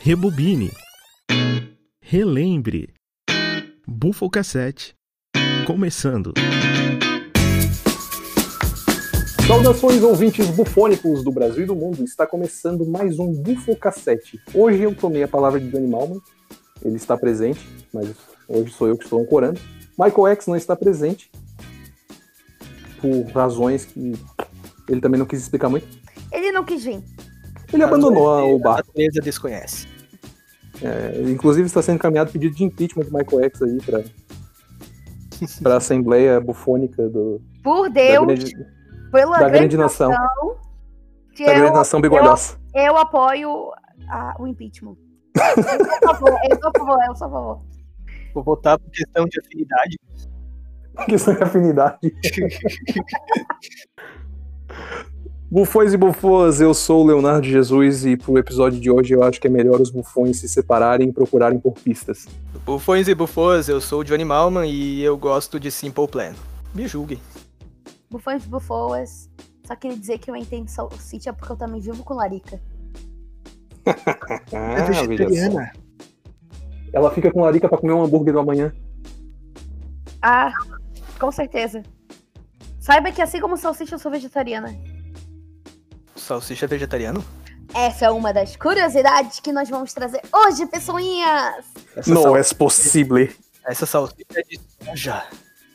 Rebobine. Relembre. Bufocassete. Começando. Saudações, ouvintes bufônicos do Brasil e do mundo. Está começando mais um Bufocassete. Hoje eu tomei a palavra de Dani Malman. Ele está presente, mas hoje sou eu que estou ancorando. Michael X não está presente, por razões que ele também não quis explicar muito. Ele não quis vir. Ele abandonou o barco. A natureza desconhece. Inclusive está sendo encaminhado pedido de impeachment de Michael X aí para a Assembleia Bufônica Por Deus, pela grande nação. Que da grande nação bigodaça. Eu apoio o impeachment. Eu sou a favor. Vou votar por questão de afinidade. Questão de afinidade. Bufões e bufôas, eu sou o Leonardo Jesus e pro episódio de hoje eu acho que é melhor os bufões se separarem e procurarem por pistas. Bufões e bufôas, eu sou o Johnny Malman e eu gosto de Simple Plan. Me julguem. Bufões e bufôas, só queria dizer que eu entendo salsicha porque eu também vivo com larica. É vegetariana. Ela fica com larica pra comer um hambúrguer do amanhã. Ah, com certeza. Saiba que assim como salsicha eu sou vegetariana. Salsicha é vegetariano? Essa é uma das curiosidades que nós vamos trazer hoje, pessoinhas! Não é possível. Essa salsicha é de soja.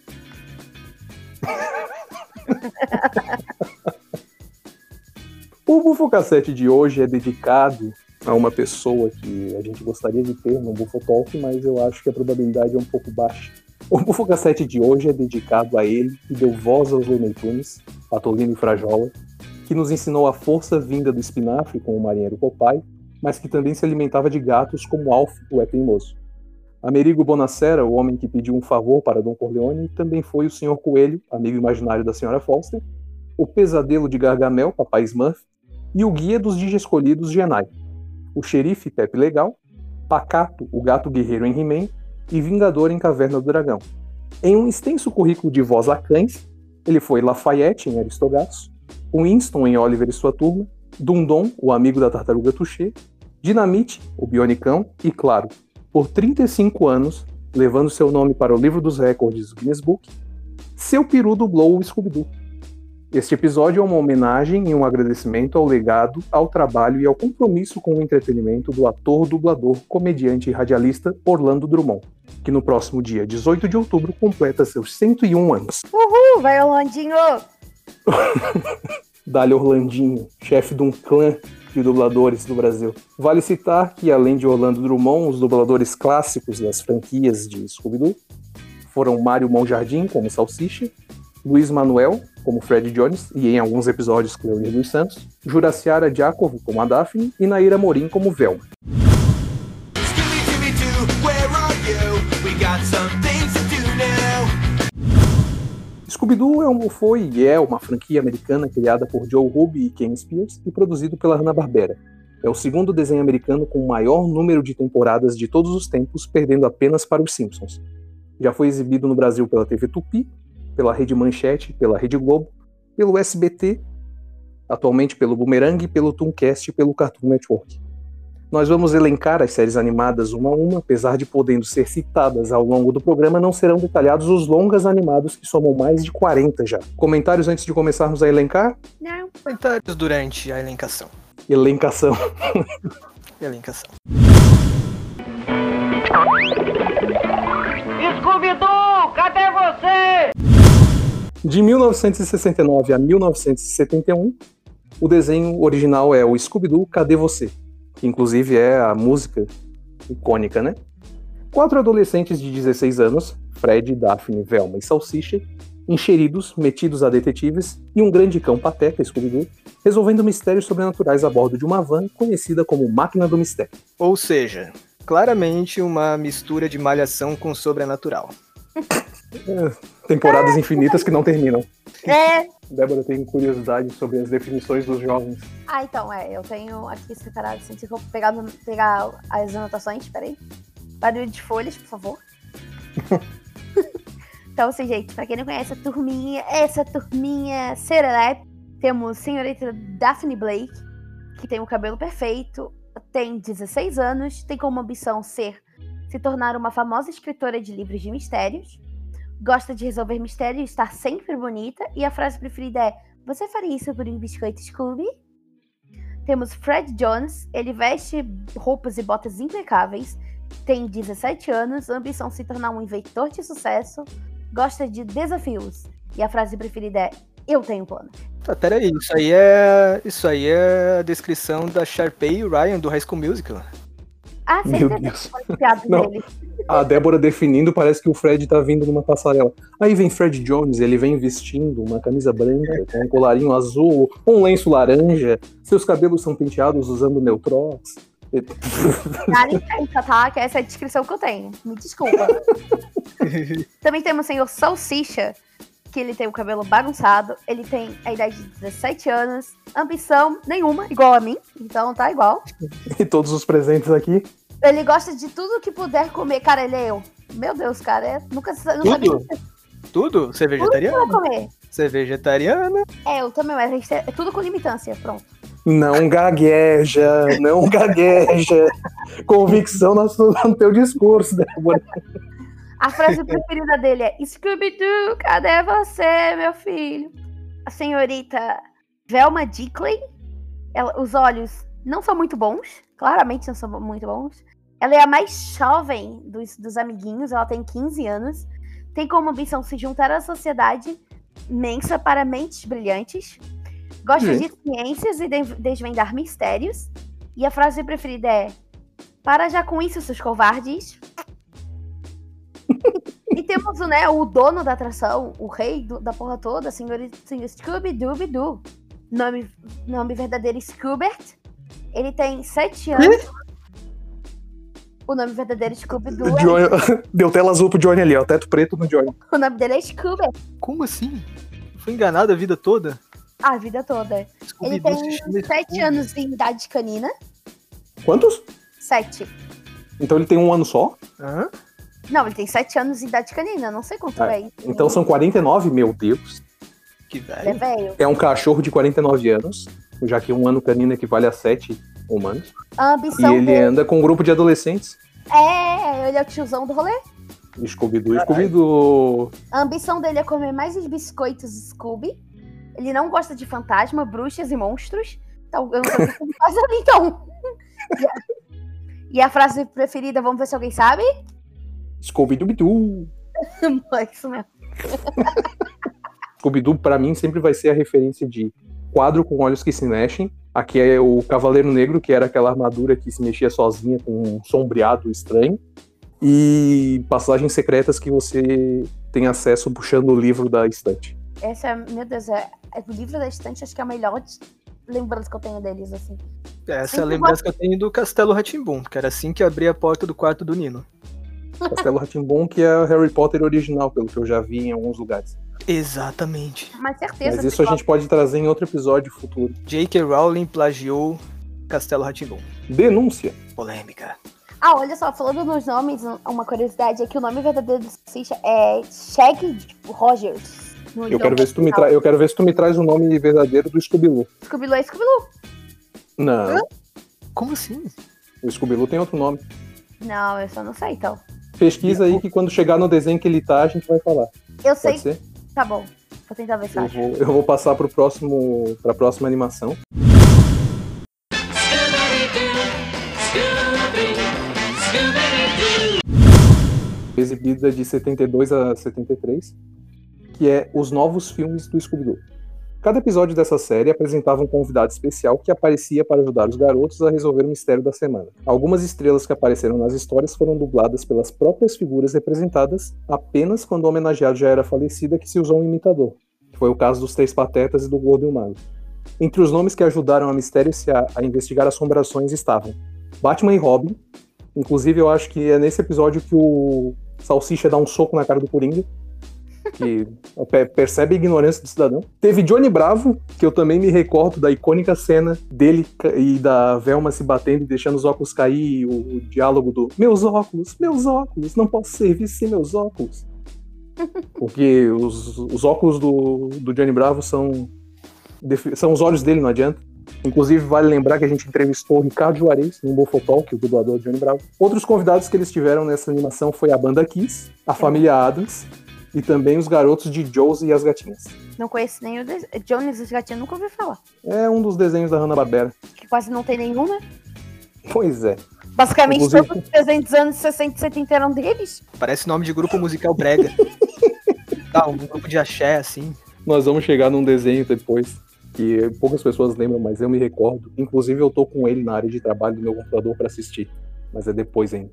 O Bufocassete de hoje é dedicado a uma pessoa que a gente gostaria de ter no Bufotalk, mas eu acho que a probabilidade é um pouco baixa. O Bufocassete de hoje é dedicado a ele, que deu voz aos Looney Tunes, Patolino e Frajola, que nos ensinou a força vinda do espinafre com o marinheiro Popeye, mas que também se alimentava de gatos como Alf, o teimoso. Amerigo Bonacera, o homem que pediu um favor para Dom Corleone, também foi o Sr. Coelho, amigo imaginário da Sra. Foster, o pesadelo de Gargamel, Papai Smurf, e o guia dos Digi Escolhidos, Genai, o xerife Pepe Legal, Pacato, o gato guerreiro em He-Man, e Vingador em Caverna do Dragão. Em um extenso currículo de voz a cães, ele foi Lafayette em Aristogatos, Winston em Oliver e sua turma, Dundon, o amigo da tartaruga Touché, Dinamite, o Bionicão, e claro, por 35 anos, levando seu nome para o livro dos recordes do Guinness Book, seu peru dublou o Scooby-Doo. Este episódio é uma homenagem e um agradecimento ao legado, ao trabalho e ao compromisso com o entretenimento do ator, dublador, comediante e radialista Orlando Drummond, que no próximo dia 18 de outubro completa seus 101 anos. Uhul, vai Orlandinho! Dali Orlandinho, chefe de um clã de dubladores do Brasil. Vale citar que, além de Orlando Drummond, os dubladores clássicos das franquias de Scooby-Doo foram Mário Monjardim, como Salsicha, Luiz Manuel, como Fred Jones, e em alguns episódios Cleonir dos Santos, Juraciara Giacomo, como a Daphne, e Naira Morim, como Velma. Scooby-Doo foi e é uma franquia americana criada por Joe Ruby e Ken Spears e produzido pela Hanna-Barbera. É o segundo desenho americano com o maior número de temporadas de todos os tempos, perdendo apenas para os Simpsons. Já foi exibido no Brasil pela TV Tupi, pela Rede Manchete, pela Rede Globo, pelo SBT, atualmente pelo Boomerang, pelo Tooncast e pelo Cartoon Network. Nós vamos elencar as séries animadas uma a uma, apesar de podendo ser citadas ao longo do programa, não serão detalhados os longas animados que somam mais de 40 já. Comentários antes de começarmos a elencar? Não. Comentários durante a elencação. Elencação. Elencação. Scooby-Doo, cadê você? De 1969 a 1971, o desenho original é o Scooby-Doo, Cadê Você? Que inclusive é a música icônica, né? 4 adolescentes de 16 anos, Fred, Daphne, Velma e Salsicha, encheridos, metidos a detetives, e um grande cão pateta, Scooby-Doo, resolvendo mistérios sobrenaturais a bordo de uma van conhecida como Máquina do Mistério. Ou seja, claramente uma mistura de Malhação com Sobrenatural. Temporadas infinitas que não terminam. É. Débora tem curiosidade sobre as definições dos jovens. Então, eu tenho aqui separado, assim, se eu pegar as anotações, peraí. Barulho de folhas, por favor. Então, assim, gente, pra quem não conhece essa turminha serelepe, temos senhorita Daphne Blake, que tem o cabelo perfeito, tem 16 anos, tem como ambição se tornar uma famosa escritora de livros de mistérios, gosta de resolver mistérios e estar sempre bonita, e a frase preferida é: você faria isso por um biscoito Scooby? Temos Fred Jones, ele veste roupas e botas impecáveis, tem 17 anos, ambição se tornar um inventor de sucesso, gosta de desafios, e a frase preferida é: eu tenho plano. Tá, peraí, isso aí é a descrição da Sharpay e Ryan do High School Musical. Ah, Meu certeza Deus. que foi piada Não. dele. A Débora definindo, parece que o Fred tá vindo numa passarela. Aí vem Fred Jones, ele vem vestindo uma camisa branca, com um colarinho azul, um lenço laranja, seus cabelos são penteados usando Neutrox. Dá licença, tá? Que essa é a descrição que eu tenho. Me desculpa. Também temos o senhor Salsicha, que ele tem o cabelo bagunçado, ele tem a idade de 17 anos, ambição nenhuma, igual a mim, então tá igual. E todos os presentes aqui. Ele gosta de tudo que puder comer. Cara, ele é eu. Meu Deus, cara, nunca sabia Tudo? Você é tudo que vegetariano? vai comer. Você é vegetariana? É, eu também, mas é tudo com limitância, pronto. Não gagueja, não gagueja. Convicção no teu discurso, Débora. A frase preferida dele é: Scooby-Doo, cadê você, meu filho? A senhorita Velma Dickley, os olhos não são muito bons, claramente não são muito bons. Ela é a mais jovem dos amiguinhos, ela tem 15 anos. Tem como ambição se juntar à sociedade mensa para mentes brilhantes. Gosta de ciências e desvendar mistérios. E a frase preferida é: para já com isso, seus covardes. E temos o dono da atração, o rei da porra toda, senhor Scooby-Dooby-Doo. Nome verdadeiro Scoobert. Ele tem 7 anos. O nome verdadeiro Scooby-Doo Deu tela azul pro Johnny ali, ó. Teto preto no Johnny. O nome dele é Scoobert. Como assim? Foi enganado a vida toda? A vida toda. Ele tem 7 anos de idade canina. Quantos? 7. Então ele tem um ano só? Hã? Não, ele tem 7 anos de idade canina. Não sei quanto é isso. Então são 49, meu Deus. Que Ele é velho. velho. É um cachorro de 49 anos, já que um ano canino equivale a 7 humanos. A E ambição ele dele anda com um grupo de adolescentes. ele é o tiozão do rolê. Scooby-Doo. A ambição dele é comer mais os biscoitos Scooby. Ele não gosta de fantasma, bruxas e monstros. Então, eu não sei o que ele faz ali, então. E a frase preferida, vamos ver se alguém sabe? Scooby-Doo. É isso mesmo. Scooby-Doo, pra mim, sempre vai ser a referência de quadro com olhos que se mexem. Aqui é o Cavaleiro Negro, que era aquela armadura que se mexia sozinha com um sombreado estranho. E passagens secretas que você tem acesso puxando o livro da estante. Essa, meu Deus, o livro da estante, acho que é a melhor lembrança que eu tenho deles, assim. Essa é a lembrança que eu tenho do Castelo Rá-Tim-Bum, que era assim que abria a porta do quarto do Nino. Castelo Rá-Tim-Bum, que é o Harry Potter original, pelo que eu já vi em alguns lugares. Exatamente. Mas certeza. Mas isso a gente pode trazer em outro episódio futuro. J.K. Rowling plagiou Castelo Rá-Tim-Bum. Denúncia. Polêmica. Ah, olha só, falando nos nomes, uma curiosidade é que o nome verdadeiro do Salsicha é Shaggy Rogers. Eu quero ver se tu me traz o nome verdadeiro do Scooby-Doo. Scooby-Doo é Scooby-Doo. Não. Hã? Como assim? O Scooby-Doo tem outro nome. Não, eu só não sei, então. Pesquisa aí que quando chegar no desenho que ele tá, a gente vai falar. Eu sei. Pode ser? Tá bom. Vou tentar ver se eu acho. Eu vou passar pra próxima animação. Exibida de 72 a 73, que é os novos filmes do Scooby-Doo. Cada episódio dessa série apresentava um convidado especial que aparecia para ajudar os garotos a resolver o mistério da semana. Algumas estrelas que apareceram nas histórias foram dubladas pelas próprias figuras representadas apenas quando o homenageado já era falecido, que se usou um imitador, que foi o caso dos Três Patetas e do Gordo e o Magro. Entre os nomes que ajudaram a Mistérios a investigar assombrações estavam Batman e Robin. Inclusive, eu acho que é nesse episódio que o Salsicha dá um soco na cara do Coringa, que percebe a ignorância do cidadão. Teve Johnny Bravo, que eu também me recordo da icônica cena dele e da Velma se batendo e deixando os óculos cair, e o diálogo do meus óculos, não posso servir sem meus óculos. Porque os óculos do Johnny Bravo são os olhos dele, não adianta. Inclusive, vale lembrar que a gente entrevistou o Ricardo Juarez no Bofotalk, o dublador de Johnny Bravo. Outros convidados que eles tiveram nessa animação foi a banda Kiss, a família Addams e também os garotos de Josie e as Gatinhas. Não conheço nem o Jones e os Gatinhos, nunca ouvi falar. É um dos desenhos da Hanna-Barbera. Que quase não tem nenhum, né? Pois é. Basicamente, Inclusive... todos os desenhos dos anos 60 e 70 eram deles. Parece nome de grupo musical brega. Um grupo de axé, assim. Nós vamos chegar num desenho depois que poucas pessoas lembram, mas eu me recordo. Inclusive, eu tô com ele na área de trabalho do meu computador para assistir. Mas é depois ainda.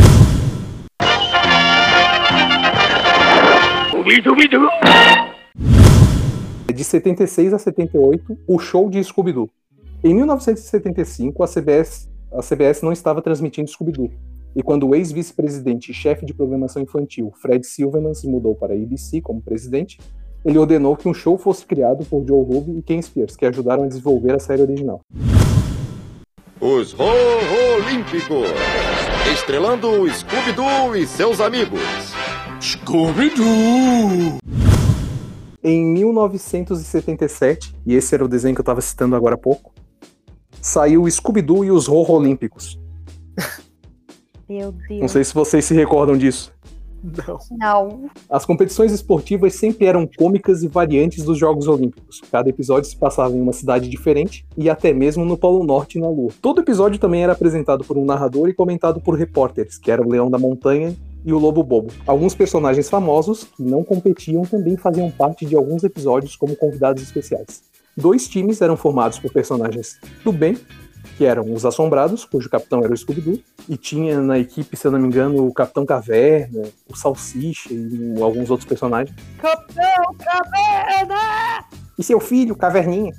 De 76 a 78, o show de Scooby-Doo. Em 1975, a CBS não estava transmitindo Scooby-Doo. E quando o ex-vice-presidente e chefe de programação infantil, Fred Silverman, se mudou para a ABC como presidente, ele ordenou que um show fosse criado por Joe Ruby e Ken Spears, que ajudaram a desenvolver a série original. Os Olímpicos, estrelando o Scooby-Doo e seus amigos. Scooby-Doo! Em 1977, e esse era o desenho que eu estava citando agora há pouco, saiu o Scooby-Doo e os Olímpicos. Meu Deus. Não sei se vocês se recordam disso. Não. As competições esportivas sempre eram cômicas e variantes dos Jogos Olímpicos. Cada episódio se passava em uma cidade diferente e até mesmo no Polo Norte e na Lua. Todo episódio também era apresentado por um narrador e comentado por repórteres, que era o Leão da Montanha e o Lobo Bobo. Alguns personagens famosos, que não competiam, também faziam parte de alguns episódios como convidados especiais. 2 times eram formados por personagens do bem, que eram os Assombrados, cujo capitão era o Scooby-Doo, e tinha na equipe, se eu não me engano, o Capitão Caverna, o Salsicha e alguns outros personagens. Capitão Caverna! E seu filho, Caverninha.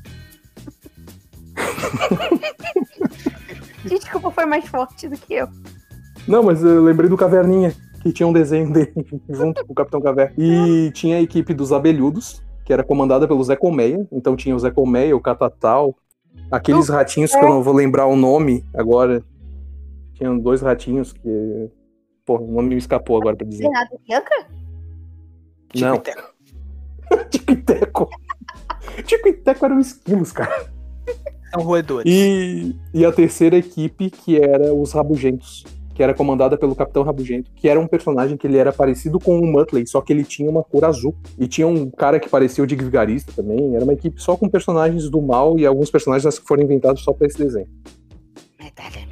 Desculpa, foi mais forte do que eu. Não, mas eu lembrei do Caverninha, que tinha um desenho dele junto com o Capitão Caverna. E tinha a equipe dos Abelhudos, que era comandada pelo Zé Colmeia. Então tinha o Zé Colmeia, o Catatal, aqueles ratinhos que eu não vou lembrar o nome agora. Tinham 2 ratinhos que... Pô, o nome me escapou agora pra dizer. Renato Bianca? Não. Tico e Teco. Tico e Teco eram esquilos, cara. São roedores. E a terceira equipe, que era os Rabugentos, que era comandada pelo Capitão Rabugento, que era um personagem que ele era parecido com o Muttley, só que ele tinha uma cor azul. E tinha um cara que parecia o Dick Vigarista também. Era uma equipe só com personagens do mal e alguns personagens que foram inventados só pra esse desenho. Medalha.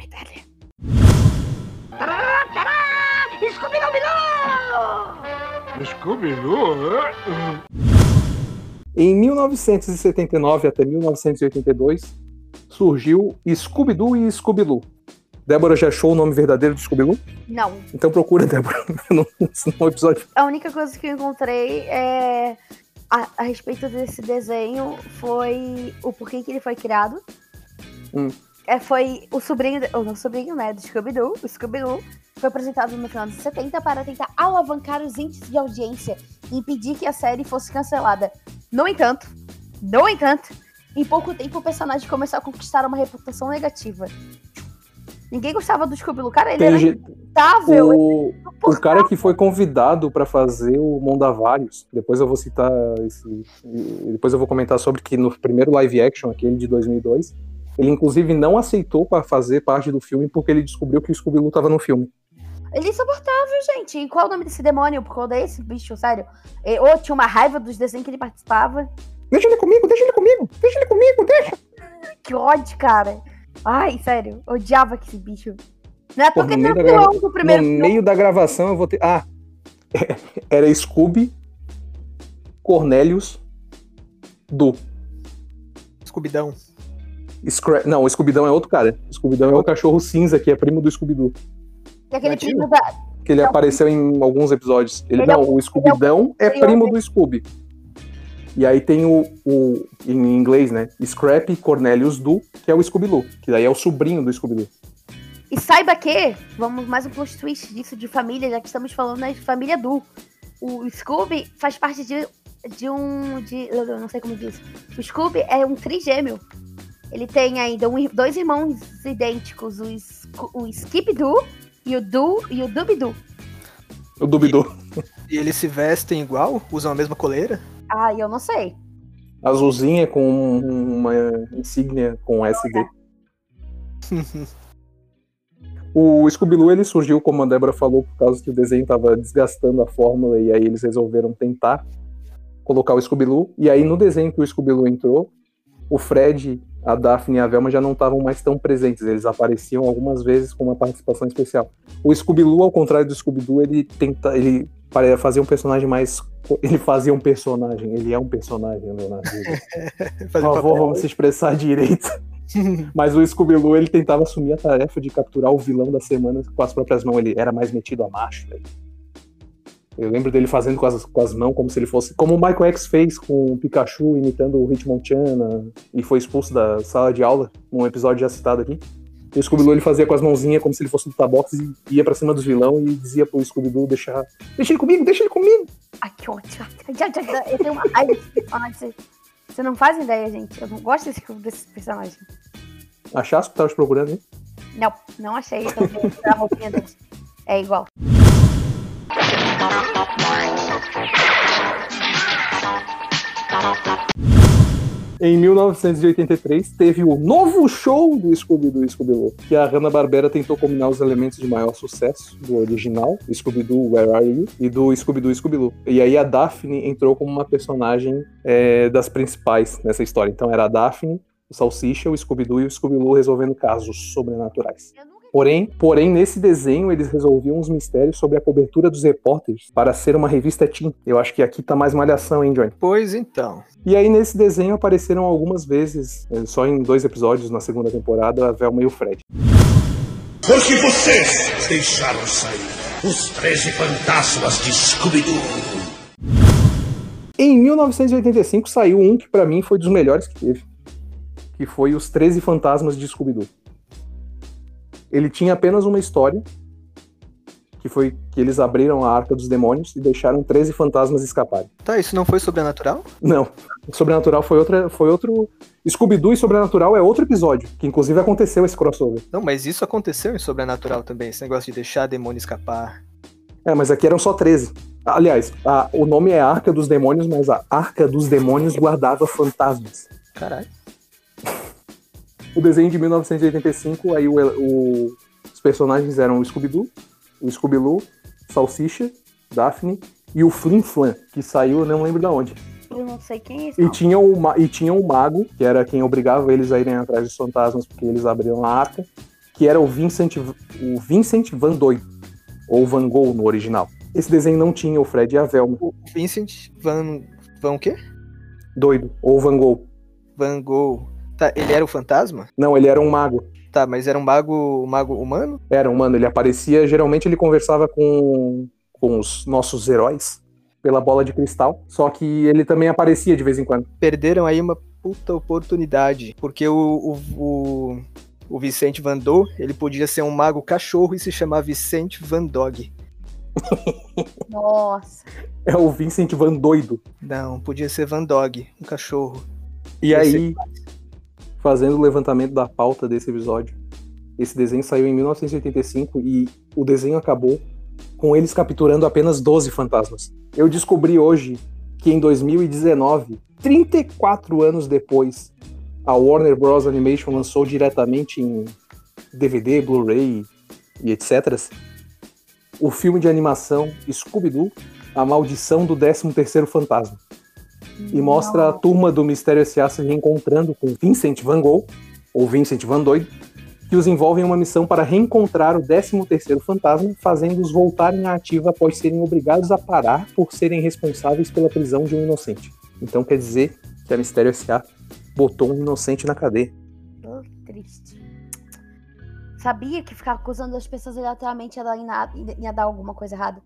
Em 1979 até 1982, surgiu Scooby-Doo e Scooby-Loo. Débora já achou o nome verdadeiro de Scooby-Doo? Não. Então procura, Débora, no episódio. A única coisa que eu encontrei a respeito desse desenho foi o porquê que ele foi criado. Foi o sobrinho, né, do Scooby-Doo. O Scooby-Doo foi apresentado no final dos 70 para tentar alavancar os índices de audiência e impedir que a série fosse cancelada. No entanto, em pouco tempo o personagem começou a conquistar uma reputação negativa. Ninguém gostava do Scooby-Doo. Cara, ele era insuportável. O cara que foi convidado pra fazer o Mondavarius, depois eu vou citar depois eu vou comentar sobre que no primeiro live action, aquele de 2002, ele inclusive não aceitou pra fazer parte do filme porque ele descobriu que o Scooby-Doo tava no filme. Ele é insuportável, gente. E qual é o nome desse demônio? Por causa desse bicho, sério? Ou tinha uma raiva dos desenhos que ele participava. Deixa ele comigo. Que ódio, cara. Ai, sério. Odiava esse bicho. Não é porque no meio da gravação eu vou ter... era Scooby, Cornelius, Du. Scooby-Doo. Não, o Scooby-Doo é outro cara. O Scooby-Doo é o cachorro cinza, que é primo do Scooby-Doo. Que é aquele primo da... Que ele apareceu em alguns episódios. O Scooby-Doo é primo do Scooby. E aí tem em inglês, né? Scrappy Cornelius Du, que é o Scooby-Doo. Que daí é o sobrinho do Scooby-Doo. E saiba que, vamos mais um plot twist disso de família, já que estamos falando da família Du. O Scooby faz parte eu não sei como diz. O Scooby é um trigêmeo. Ele tem ainda 2 irmãos idênticos, o Skip-Doo e o Dooby-Doo. O Dooby-Doo. E eles se vestem igual? Usam a mesma coleira? Eu não sei. azulzinha com uma insígnia com SD. O Scooby-Doo ele surgiu, como a Débora falou, por causa que o desenho estava desgastando a fórmula e aí eles resolveram tentar colocar o Scooby-Doo. E aí no desenho que o Scooby-Doo entrou, o Fred, a Daphne e a Velma já não estavam mais tão presentes. Eles apareciam algumas vezes com uma participação especial. O Scooby-Doo, ao contrário do Scooby-Doo, ele fazia um personagem mais... Ele fazia um personagem. Ele é um personagem, Leonardo. Por favor, vamos se expressar direito. Mas o Scooby-Doo, ele tentava assumir a tarefa de capturar o vilão da semana com as próprias mãos. Ele era mais metido a macho, velho. Eu lembro dele fazendo com as mãos como se ele fosse... Como o Michael X fez com o Pikachu imitando o Hitmonchan e foi expulso da sala de aula, num episódio já citado aqui. O Scooby-Doo ele fazia com as mãozinhas como se ele fosse lutar boxe e ia pra cima dos vilão e dizia pro Scooby-Doo deixa ele comigo, deixa ele comigo. Ai, que ótimo. Eu tenho uma raiva desse personagem. Você não faz ideia, gente. Eu não gosto desse personagem. Achasse que tava te procurando, hein? Não achei. A roupinha dele é igual. Em 1983, teve o novo show do Scooby-Doo e Scooby-Doo, que a Hanna-Barbera tentou combinar os elementos de maior sucesso do original, Scooby-Doo, Where Are You? E do Scooby-Doo e Scooby-Doo. E aí a Daphne entrou como uma personagem das principais nessa história. Então era a Daphne, o Salsicha, o Scooby-Doo e o Scooby-Doo resolvendo casos sobrenaturais. Porém, nesse desenho, eles resolviam uns mistérios sobre a cobertura dos repórteres para ser uma revista teen. Eu acho que aqui tá mais malhação, hein, Johnny? Pois então. E aí, nesse desenho, apareceram algumas vezes, só em 2 episódios na segunda temporada, a Velma e o Fred. Porque vocês deixaram sair os 13 fantasmas de Scooby-Doo. Em 1985, saiu um que pra mim foi dos melhores que teve. Que foi Os 13 Fantasmas de Scooby-Doo. Ele tinha apenas uma história, que foi que eles abriram a Arca dos Demônios e deixaram 13 fantasmas escaparem. Tá, isso não foi sobrenatural? Não. Sobrenatural foi outro... Scooby-Doo e Sobrenatural é outro episódio, que inclusive aconteceu esse crossover. Não, mas isso aconteceu em Sobrenatural também, esse negócio de deixar demônio escapar. Mas aqui eram só 13. Aliás, o nome é Arca dos Demônios, mas a Arca dos Demônios guardava fantasmas. Caralho. O desenho de 1985, aí os personagens eram o Scooby-Doo, o Scooby-Loo, Salsicha, Daphne e o Flim Flam, que saiu, eu não lembro de onde. Eu não sei quem é esse. E tinha o Mago, que era quem obrigava eles a irem atrás dos fantasmas, porque eles abriram a arca, que era o Vincent Van Doido, ou Van Gogh no original. Esse desenho não tinha o Fred e a Velma. O Vincent Van o quê? Doido, ou Van Gogh. Van Gogh. Tá, ele era o fantasma? Não, ele era um mago. Tá, mas era um mago humano? Era humano, ele aparecia, geralmente ele conversava com os nossos heróis pela bola de cristal, só que ele também aparecia de vez em quando. Perderam aí uma puta oportunidade, porque o Vicente Van Gogh, ele podia ser um mago cachorro e se chamar Vicente Van Dog. Nossa. É o Vincent Van Doido. Não, podia ser Van Dog, um cachorro. E aí, fazendo o levantamento da pauta desse episódio, esse desenho saiu em 1985 e o desenho acabou com eles capturando apenas 12 fantasmas. Eu descobri hoje que em 2019, 34 anos depois, a Warner Bros. Animation lançou diretamente em DVD, Blu-ray e etc. o filme de animação Scooby-Doo, A Maldição do 13º Fantasma. E mostra a turma do Mistério S.A. se reencontrando com Vincent Van Gogh, ou Vincent Van Doido, que os envolve em uma missão para reencontrar o 13º fantasma, fazendo-os voltarem à ativa após serem obrigados a parar por serem responsáveis pela prisão de um inocente. Então quer dizer que a Mistério S.A. botou um inocente na cadeia. Oh, triste. Sabia que ficar acusando as pessoas aleatoriamente ia dar alguma coisa errada?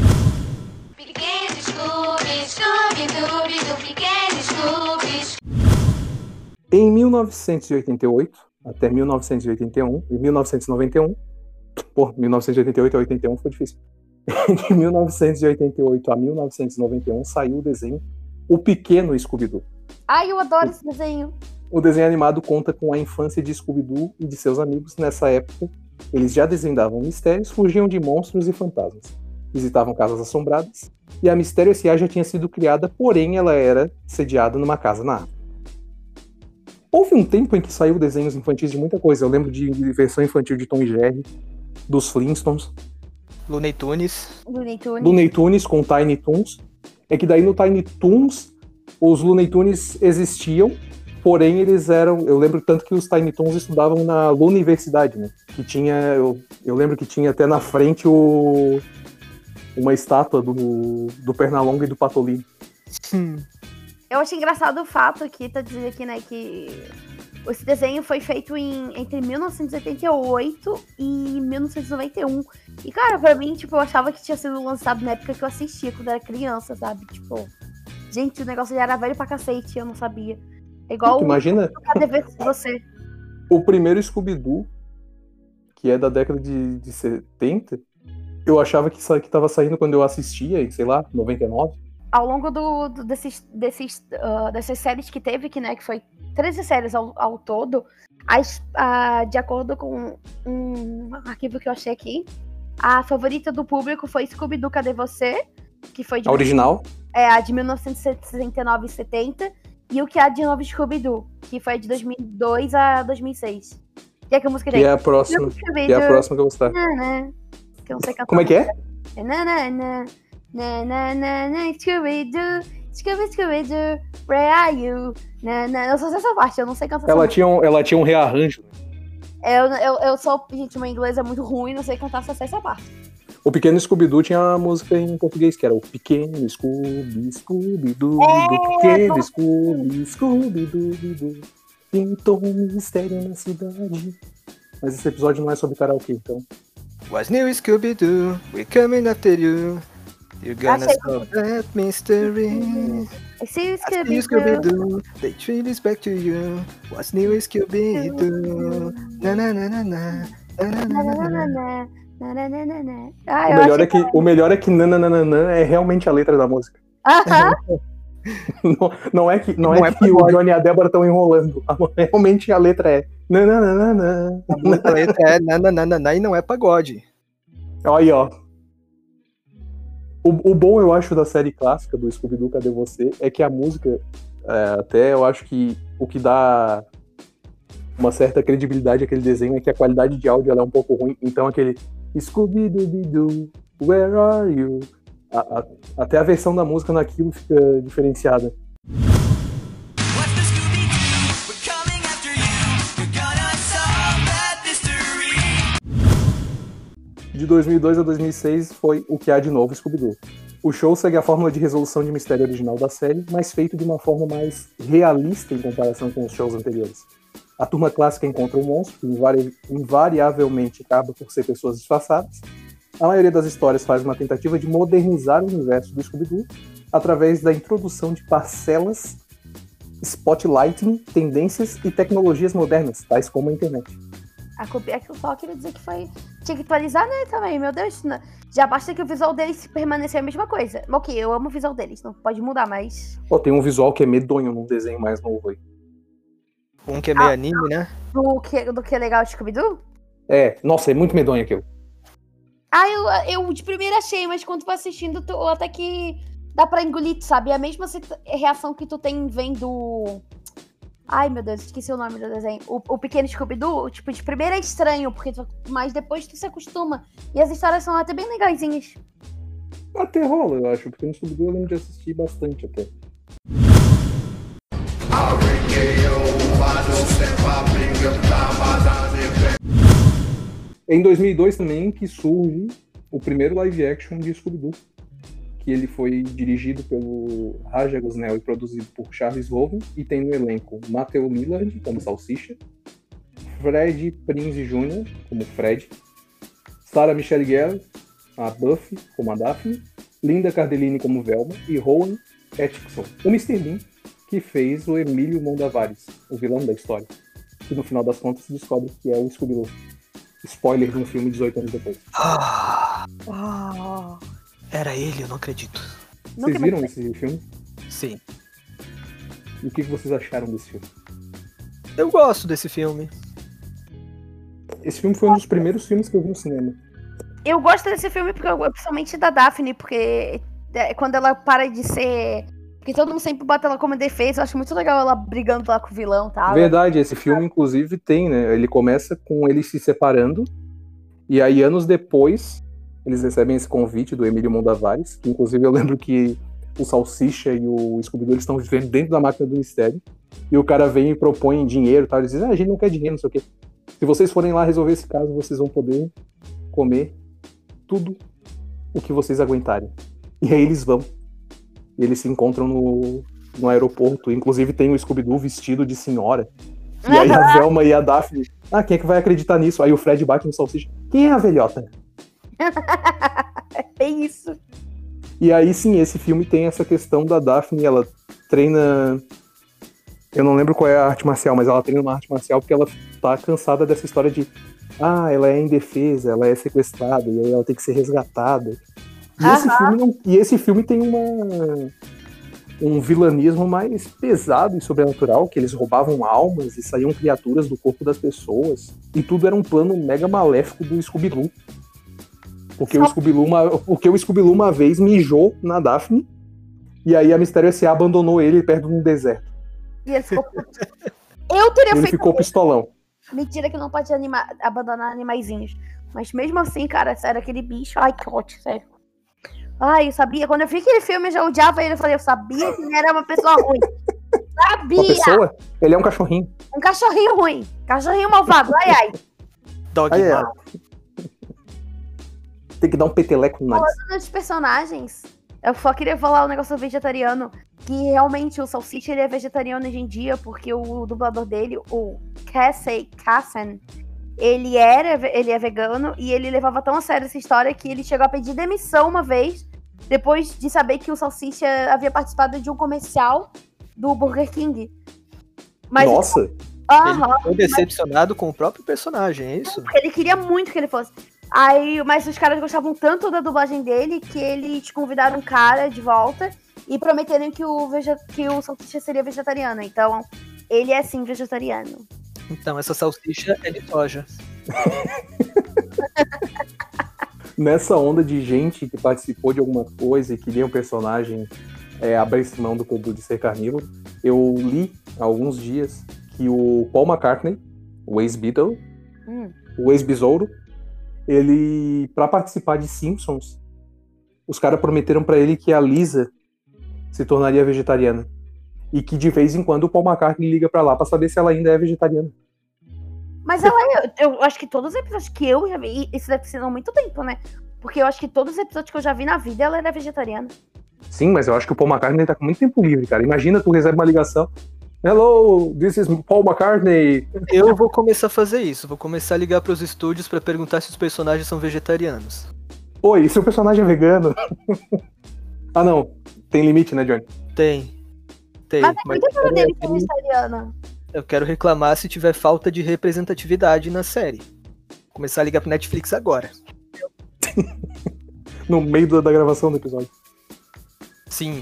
Em 1988 até 1981, em 1991, 1988 a 81 foi difícil. De 1988 a 1991 saiu o desenho O Pequeno Scooby-Doo. Ai, eu adoro esse desenho. O desenho animado conta com a infância de Scooby-Doo e de seus amigos. Nessa época, eles já desvendavam mistérios, fugiam de monstros e fantasmas. visitavam casas assombradas, e a Mistério S.A. já tinha sido criada, porém ela era sediada numa casa na África. Houve um tempo em que saiu desenhos infantis de muita coisa. Eu lembro de versão infantil de Tom e Jerry, dos Flintstones, Looney Tunes. Looney Tunes com Tiny Toons. É que daí no Tiny Toons, os Looney Tunes existiam, porém eles eram... Eu lembro tanto que os Tiny Toons estudavam na Universidade, né? Que tinha... Eu lembro que tinha até na frente uma estátua do Pernalonga e do Patolino. Eu achei engraçado o fato aqui, tá dizendo aqui, né, que esse desenho foi feito entre 1988 e 1991. E, cara, pra mim, tipo, eu achava que tinha sido lançado na época que eu assistia, quando era criança, sabe? Tipo, gente, o negócio já era velho pra cacete, eu não sabia. É igual Imagina você. o primeiro Scooby-Doo, que é da década de 70, eu achava que tava saindo quando eu assistia, em, sei lá, 99. Ao longo dessas séries que teve, que foi 13 séries ao todo, de acordo com um arquivo que eu achei aqui, a favorita do público foi Scooby-Doo, Cadê Você? Que foi A original? A de 1969 e 70, e o que há de novo Scooby-Doo, que foi de 2002 a 2006. E é que a música tem. Que é a próxima que eu vou gostar. Que eu não sei cantar. Como é que é? Scooby-Doo, Scooby-Doo, where are you? Eu só sei essa parte, eu não sei cantar. Ela tinha um rearranjo. Eu sou, gente, meu inglês é muito ruim, não sei cantar, só sei essa parte. O Pequeno Scooby-Doo tinha uma música em português, que era o Pequeno Scooby-Doo, Pequeno Scooby-Doo, pintou um mistério na cidade. Mas esse episódio não é sobre karaokê, então. What's new, Scooby-Doo? We're coming after you. You're gonna solve that mystery. I see What's new, Scooby-Doo? They treat us back to you. What's new, Scooby-Doo? Na na na na na. O melhor é que nananana é realmente a letra da música. Não é que o Johnny e a Débora estão enrolando. Realmente a letra é nananana. A letra é nananana e não é pagode. Olha aí, ó. O bom, eu acho, da série clássica do Scooby-Doo, Cadê Você? É que a música, até eu acho que o que dá uma certa credibilidade àquele desenho é que a qualidade de áudio ela é um pouco ruim. Então aquele Scooby-Doo, where are you? Até a versão da música naquilo fica diferenciada. De 2002 a 2006 foi O Que Há de Novo, Scooby-Doo. O show segue a fórmula de resolução de mistério original da série, mas feito de uma forma mais realista em comparação com os shows anteriores. A turma clássica encontra um monstro, que invariavelmente acaba por ser pessoas disfarçadas. A maioria das histórias faz uma tentativa de modernizar o universo do Scooby-Doo através da introdução de parcelas, spotlighting, tendências e tecnologias modernas, tais como a internet. É que eu só queria dizer que tinha que atualizar, né, também, meu Deus. Já basta que o visual deles permanecer a mesma coisa. Ok, eu amo o visual deles, não pode mudar, mas... Tem um visual que é medonho num desenho mais novo aí. Um que é meio anime, né? Do que é legal de Scooby-Doo? Nossa, é muito medonho aquilo. Eu de primeira achei, mas quando tu vai assistindo, até que dá pra engolir, sabe? É a mesma reação que tu tem vendo... Ai, meu Deus, esqueci o nome do desenho. O Pequeno Scooby-Doo, tipo, de primeira é estranho, mas depois tu se acostuma. E as histórias são até bem legaisinhas. Até rola, eu acho. O Pequeno Scooby-Doo eu lembro de assistir bastante até. Em 2002 também que surge o primeiro live action de Scooby-Doo, que ele foi dirigido pelo Raja Gosnell e produzido por Charles Roven, e tem no elenco Matthew Lillard como Salsicha, Fred Prinze Jr. como Fred, Sarah Michelle Gellar, a Buffy como a Daphne, Linda Cardellini como Velma e Rowan Atkinson, o Mr. Bean, que fez o Emílio Mondavares, o vilão da história, que no final das contas se descobre que é o Scooby-Doo. Spoiler de um filme 18 anos depois. Era ele, eu não acredito. Vocês viram esse filme? Sim. E o que vocês acharam desse filme? Eu gosto desse filme. Esse filme foi um dos primeiros filmes que eu vi no cinema. Eu gosto desse filme principalmente da Daphne, porque quando ela para de ser... Porque todo mundo sempre bota ela como defesa, eu acho muito legal ela brigando lá com o vilão e tal. Verdade, esse filme inclusive tem, né? Ele começa com eles se separando, e aí anos depois eles recebem esse convite do Emílio Mondavares, que inclusive eu lembro que o Salsicha e o Scooby-Doo eles estão vivendo dentro da máquina do mistério, e o cara vem e propõe dinheiro e tal, eles dizem, a gente não quer dinheiro, não sei o quê. Se vocês forem lá resolver esse caso, vocês vão poder comer tudo o que vocês aguentarem. E aí eles vão. E eles se encontram no aeroporto. Inclusive tem o Scooby-Doo vestido de senhora. E aí a Velma e a Daphne... quem é que vai acreditar nisso? Aí o Fred bate no Salsicha. Quem é a velhota? É isso. E aí sim, esse filme tem essa questão da Daphne. Ela treina... Eu não lembro qual é a arte marcial, mas ela treina uma arte marcial porque ela tá cansada dessa história de... ela é indefesa, ela é sequestrada. E aí ela tem que ser resgatada. E esse filme tem um vilanismo mais pesado e sobrenatural, que eles roubavam almas e saíam criaturas do corpo das pessoas. E tudo era um plano mega maléfico do Scooby-Doo. Porque o Scooby-Doo uma vez mijou na Daphne, e aí a Mistério S.A. abandonou ele perto de um deserto. E ele ficou... Eu teria ele feito ficou pistolão. Mentira que não pode abandonar animaizinhos. Mas mesmo assim, cara, sério, aquele bicho... Ai, que ótimo, sério. Ai, eu sabia. Quando eu vi aquele filme, eu já odiava ele. Eu falei, eu sabia que ele era uma pessoa ruim. Sabia! Uma pessoa? Ele é um cachorrinho. Um cachorrinho ruim. Cachorrinho malvado. Ai, ai. Dog. Tem que dar um peteleco no nariz. Falando dos personagens, eu só queria falar o negócio do vegetariano. Que realmente o Salsicha ele é vegetariano hoje em dia, porque o dublador dele, o Kassen, ele é vegano e ele levava tão a sério essa história que ele chegou a pedir demissão uma vez, depois de saber que o Salsicha havia participado de um comercial do Burger King. Mas nossa! Ele foi decepcionado com o próprio personagem, é isso? Ele queria muito que ele fosse. Mas os caras gostavam tanto da dublagem dele que eles convidaram um cara de volta e prometeram que o Salsicha seria vegetariano. Então, ele é sim vegetariano. Então, essa salsicha é de soja. Nessa onda de gente que participou de alguma coisa e queria um personagem abrisse mão do produto de ser carnívoro, eu li há alguns dias que o Paul McCartney, o ex-Beatle, o ex-Besouro, ele, pra participar de Simpsons, os caras prometeram pra ele que a Lisa se tornaria vegetariana. E que de vez em quando o Paul McCartney liga pra lá pra saber se ela ainda é vegetariana. Mas eu acho que todos os episódios que eu já vi, isso deve ser há muito tempo, né? Porque eu acho que todos os episódios que eu já vi na vida, ela era vegetariana. Sim, mas eu acho que o Paul McCartney tá com muito tempo livre, cara. Imagina, tu recebe uma ligação. Hello, this is Paul McCartney. Eu vou começar a fazer isso. Vou começar a ligar pros estúdios pra perguntar se os personagens são vegetarianos. Oi, e se o personagem é vegano? Ah, não. Tem limite, né, Johnny? Tem. Mas é muito cara dele ser vegetariana. Eu quero reclamar se tiver falta de representatividade na série. Vou começar a ligar pro Netflix agora. No meio da gravação do episódio. Sim.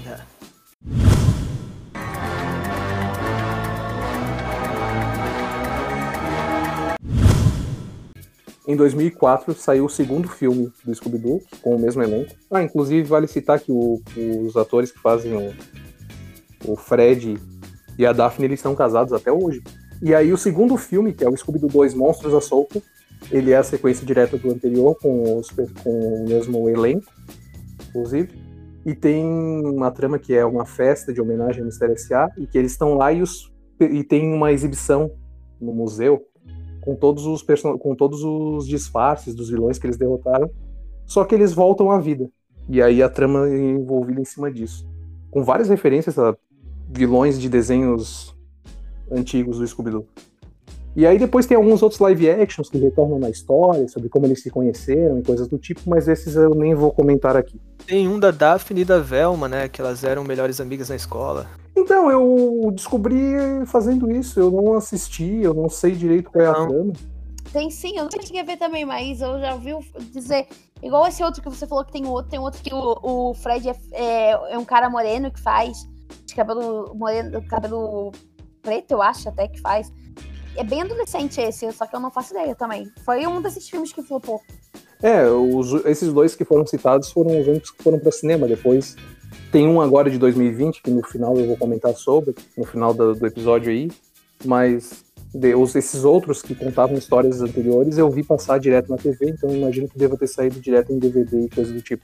Em 2004 saiu o segundo filme do Scooby-Doo, com o mesmo elenco. Inclusive vale citar que os atores que fazem o Fred e a Daphne, eles são casados até hoje. E aí o segundo filme, que é o Scooby-Doo 2 Monstros à Solta, ele é a sequência direta do anterior, com o mesmo elenco, inclusive. E tem uma trama que é uma festa de homenagem ao Mistério S.A. e que eles estão lá e tem uma exibição no museu com todos os disfarces dos vilões que eles derrotaram, só que eles voltam à vida. E aí a trama é envolvida em cima disso. Com várias referências a vilões de desenhos antigos do Scooby-Doo. E aí depois tem alguns outros live actions que retornam na história, sobre como eles se conheceram e coisas do tipo, mas esses eu nem vou comentar aqui. Tem um da Daphne e da Velma, né, que elas eram melhores amigas na escola. Então, eu descobri fazendo isso, eu não assisti, eu não sei direito qual é a trama. Tem sim, eu não cheguei a ver também, mas eu já ouvi dizer, igual esse outro que você falou que tem outro que o Fred é um cara moreno que faz, de cabelo moreno, cabelo preto, eu acho até que faz. É bem adolescente esse, só que eu não faço ideia também. Foi um desses filmes que flopou. Esses dois que foram citados foram os únicos que foram para cinema. Depois tem um agora de 2020, que no final eu vou comentar sobre, no final do episódio aí. Mas esses outros que contavam histórias anteriores eu vi passar direto na TV, então eu imagino que deva ter saído direto em DVD e coisa do tipo.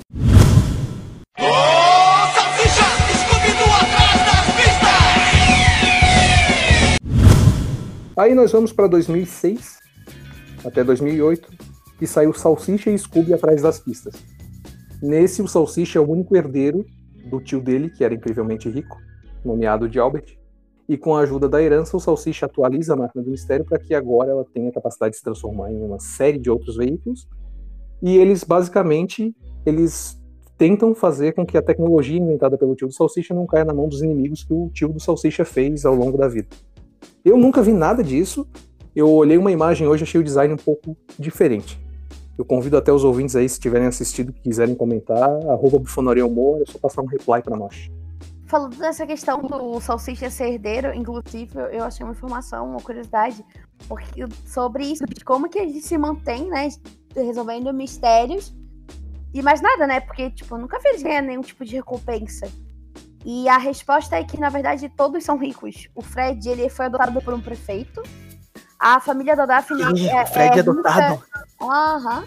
Aí nós vamos para 2006 até 2008, que saiu Salsicha e Scooby Atrás das Pistas. Nesse, o Salsicha é o único herdeiro do tio dele, que era incrivelmente rico, nomeado de Albert. E com a ajuda da herança, o Salsicha atualiza a máquina do mistério para que agora ela tenha a capacidade de se transformar em uma série de outros veículos. E eles, basicamente, tentam fazer com que a tecnologia inventada pelo tio do Salsicha não caia na mão dos inimigos que o tio do Salsicha fez ao longo da vida. Eu nunca vi nada disso. Eu olhei uma imagem hoje e achei o design um pouco diferente. Eu convido até os ouvintes aí, se tiverem assistido e quiserem comentar, @bufonariahumor, é só passar um reply para nós. Falando dessa questão do Salsicha ser herdeiro, inclusive, eu achei uma informação, uma curiosidade, sobre isso, de como que a gente se mantém, né, resolvendo mistérios, e mais nada, né, porque, tipo, nunca fez ganhar nenhum tipo de recompensa. E a resposta é que, na verdade, todos são ricos. O Fred, ele foi adotado por um prefeito. A família da Daphne O Fred é adotado? Aham.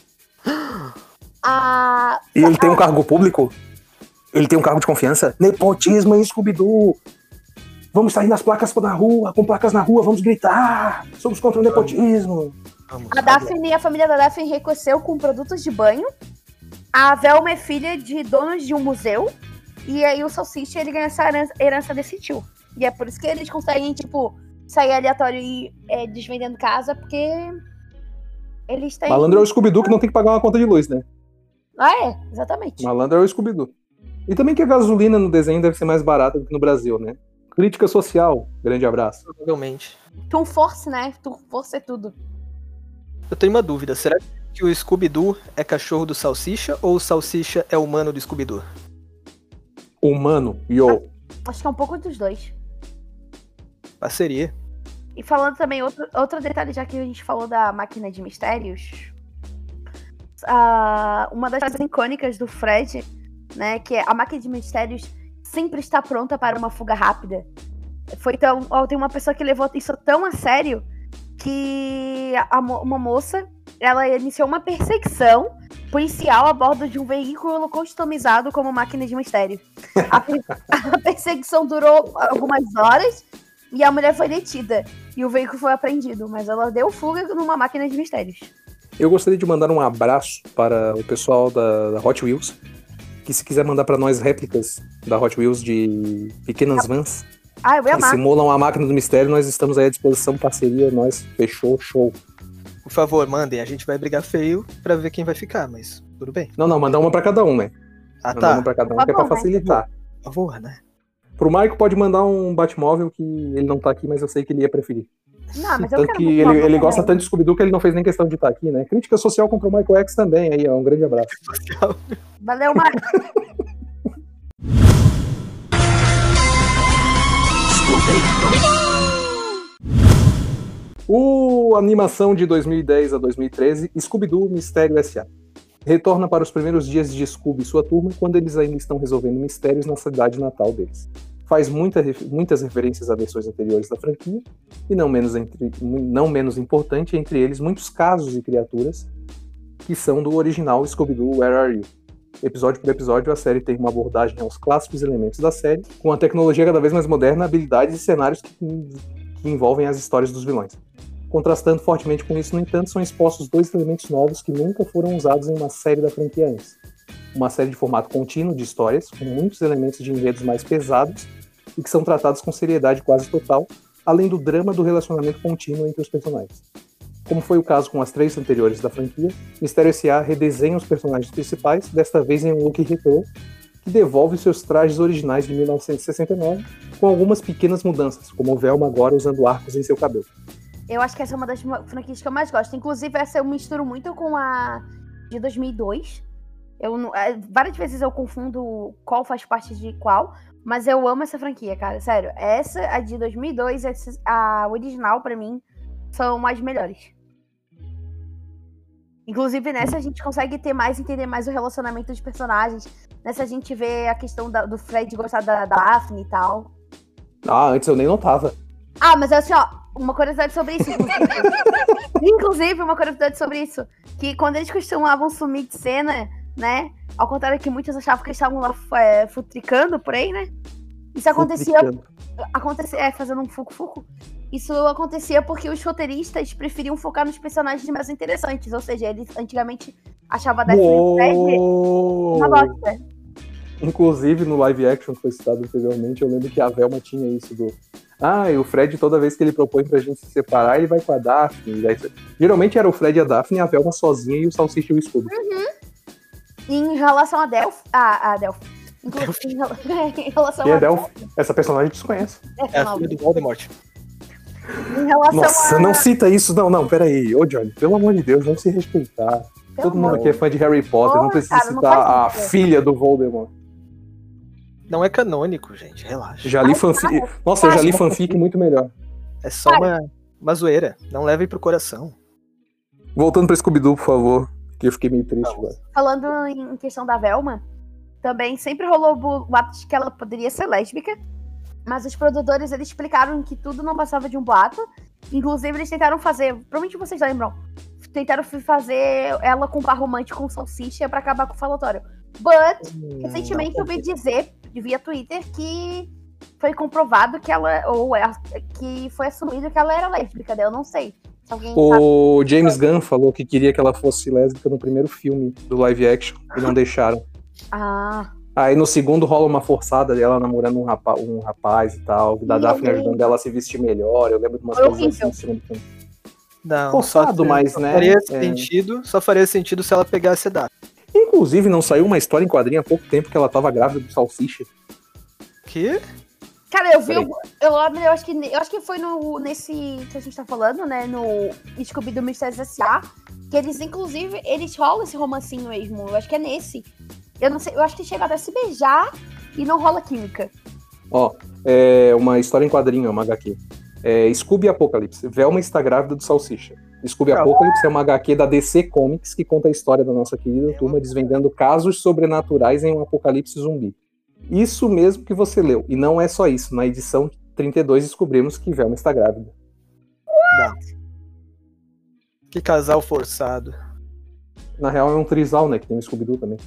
E ele tem um cargo público? Ele tem um cargo de confiança? Nepotismo em Scooby-Doo! Vamos sair nas placas na rua, com placas na rua, vamos gritar! Somos contra o nepotismo! A Daphne, a família da Daphne enriqueceu com produtos de banho. A Velma é filha de donos de um museu. E aí o Salsicha, ele ganha essa herança desse tio. E é por isso que eles conseguem, tipo, sair aleatório e desvendendo casa, porque eles têm... Malandro é o Scooby-Doo que não tem que pagar uma conta de luz, né? Exatamente. Malandro é o Scooby-Doo. E também que a gasolina no desenho deve ser mais barata do que no Brasil, né? Crítica social, grande abraço. Provavelmente. Toon Force, né? Toon Force é tudo. Eu tenho uma dúvida, será que o Scooby-Doo é cachorro do Salsicha ou o Salsicha é humano do Scooby-Doo? Humano, Acho que é um pouco dos dois. Parceria. E falando também, outro detalhe, já que a gente falou da máquina de mistérios, uma das coisas icônicas do Fred, né, que é a máquina de mistérios sempre está pronta para uma fuga rápida. Tem uma pessoa que levou isso tão a sério que uma moça, ela iniciou uma perseguição policial a bordo de um veículo customizado como máquina de mistério. A perseguição durou algumas horas e a mulher foi detida. E o veículo foi apreendido, mas ela deu fuga numa máquina de mistérios. Eu gostaria de mandar um abraço para o pessoal da Hot Wheels, que se quiser mandar para nós réplicas da Hot Wheels de pequenas vans, eu ia amar. que simulam a máquina do mistério, nós estamos aí à disposição, parceria, nós, fechou, show. Por favor, mandem, a gente vai brigar feio pra ver quem vai ficar, mas tudo bem. Não, mandar uma pra cada um, né? Tá. Uma pra cada um, que é pra facilitar. Por favor, né? Pro Maico pode mandar um Batmóvel, que ele não tá aqui, mas eu sei que ele ia preferir. Não, mas eu Tanto quero que ele gosta tanto de Scooby-Doo que ele não fez nem questão de estar aqui, né? Crítica social contra o Michael X também, aí, ó, um grande abraço. Valeu, Mário. A animação de 2010 a 2013, Scooby-Doo Mistério S.A. retorna para os primeiros dias de Scooby e sua turma, quando eles ainda estão resolvendo mistérios na cidade natal deles. Faz muitas referências a versões anteriores da franquia, e não menos importante, entre eles, muitos casos e criaturas que são do original Scooby-Doo Where Are You? Episódio por episódio, a série tem uma abordagem aos clássicos elementos da série, com a tecnologia cada vez mais moderna, habilidades e cenários que envolvem as histórias dos vilões. Contrastando fortemente com isso, no entanto, são expostos dois elementos novos que nunca foram usados em uma série da franquia antes. Uma série de formato contínuo de histórias, com muitos elementos de enredos mais pesados e que são tratados com seriedade quase total, além do drama do relacionamento contínuo entre os personagens. Como foi o caso com as 3 anteriores da franquia, Mistério S.A. redesenha os personagens principais, desta vez em um look retrô, que devolve seus trajes originais de 1969, com algumas pequenas mudanças, como o Velma agora usando arcos em seu cabelo. Eu acho que essa é uma das franquias que eu mais gosto. Inclusive, essa eu misturo muito com a de 2002. Várias vezes eu confundo qual faz parte de qual, mas eu amo essa franquia, cara. Sério, essa, a de 2002, a original, pra mim, são as melhores. Inclusive, nessa a gente consegue entender mais o relacionamento dos personagens. Nessa a gente vê a questão do Fred gostar da Daphne e tal. Ah, antes eu nem notava. Ah, mas assim, ó, uma curiosidade sobre isso. Inclusive, uma curiosidade sobre isso. Que quando eles costumavam sumir de cena, né? Ao contrário que muitos achavam que eles estavam lá futricando por aí, né? Isso acontecia fazendo um fuco-fuco. Isso acontecia porque os roteiristas preferiam focar nos personagens mais interessantes. Ou seja, eles antigamente achavam a Daphne e Fred uma bosta. Inclusive, no live action que foi citado anteriormente, eu lembro que a Velma tinha isso do... e o Fred, toda vez que ele propõe pra gente se separar, ele vai com a Daphne. Geralmente era o Fred e a Daphne, a Velma sozinha e o Salsicha e o Scooby. Uhum. Em relação a Delphi. Inclusive, em relação a Delphi? Essa personagem desconhece. É a filha do Voldemort. Em relação Nossa, não cita isso. Não, peraí. Ô, Johnny, pelo amor de Deus, vamos se respeitar. Todo mundo aqui é fã de Harry Potter, não precisa citar a filha do Voldemort. Não é canônico, gente, relaxa. Já li fanfic. Nossa, eu já li fanfic muito melhor. É só uma zoeira, não levem pro coração. Voltando pra Scooby-Doo, por favor, que eu fiquei meio triste agora. Falando em questão da Velma, também sempre rolou o boato de que ela poderia ser lésbica, mas os produtores, eles explicaram que tudo não passava de um boato. Inclusive, eles tentaram fazer, provavelmente vocês lembram, tentaram fazer ela com par romântico com Salsicha pra acabar com o falatório. But, recentemente eu vi dizer, via Twitter, que foi comprovado que que foi assumido que ela era lésbica, eu não sei. Se alguém o sabe. James Gunn falou que queria que ela fosse lésbica no primeiro filme do live action, e não deixaram. Aí no segundo rola uma forçada dela namorando um rapaz e tal, da Daphne ajudando ela a se vestir melhor. Eu lembro de umas coisas assim no segundo filme. Não, forçado, mas, né? Só faria sentido se ela pegasse a Daphne. Inclusive, não saiu uma história em quadrinho há pouco tempo que ela tava grávida do Salsicha? Que? Cara, eu vi, eu acho que foi nesse que a gente tá falando, né, no Scooby-Doo Mistérios S.A., que eles, inclusive, eles rolam esse romancinho mesmo, eu acho que é nesse. Eu não sei, eu acho que chega até a se beijar e não rola química. É uma história em quadrinho, é uma HQ. Scooby Apocalipse. Velma está grávida do Salsicha. Scooby Apocalipse é uma HQ da DC Comics que conta a história da nossa querida turma desvendando casos sobrenaturais em um apocalipse zumbi. Isso mesmo que você leu. E não é só isso. Na edição 32 descobrimos que Velma está grávida. Não. Que casal forçado. Na real é um trisal, né? Que tem o Scooby-Doo também.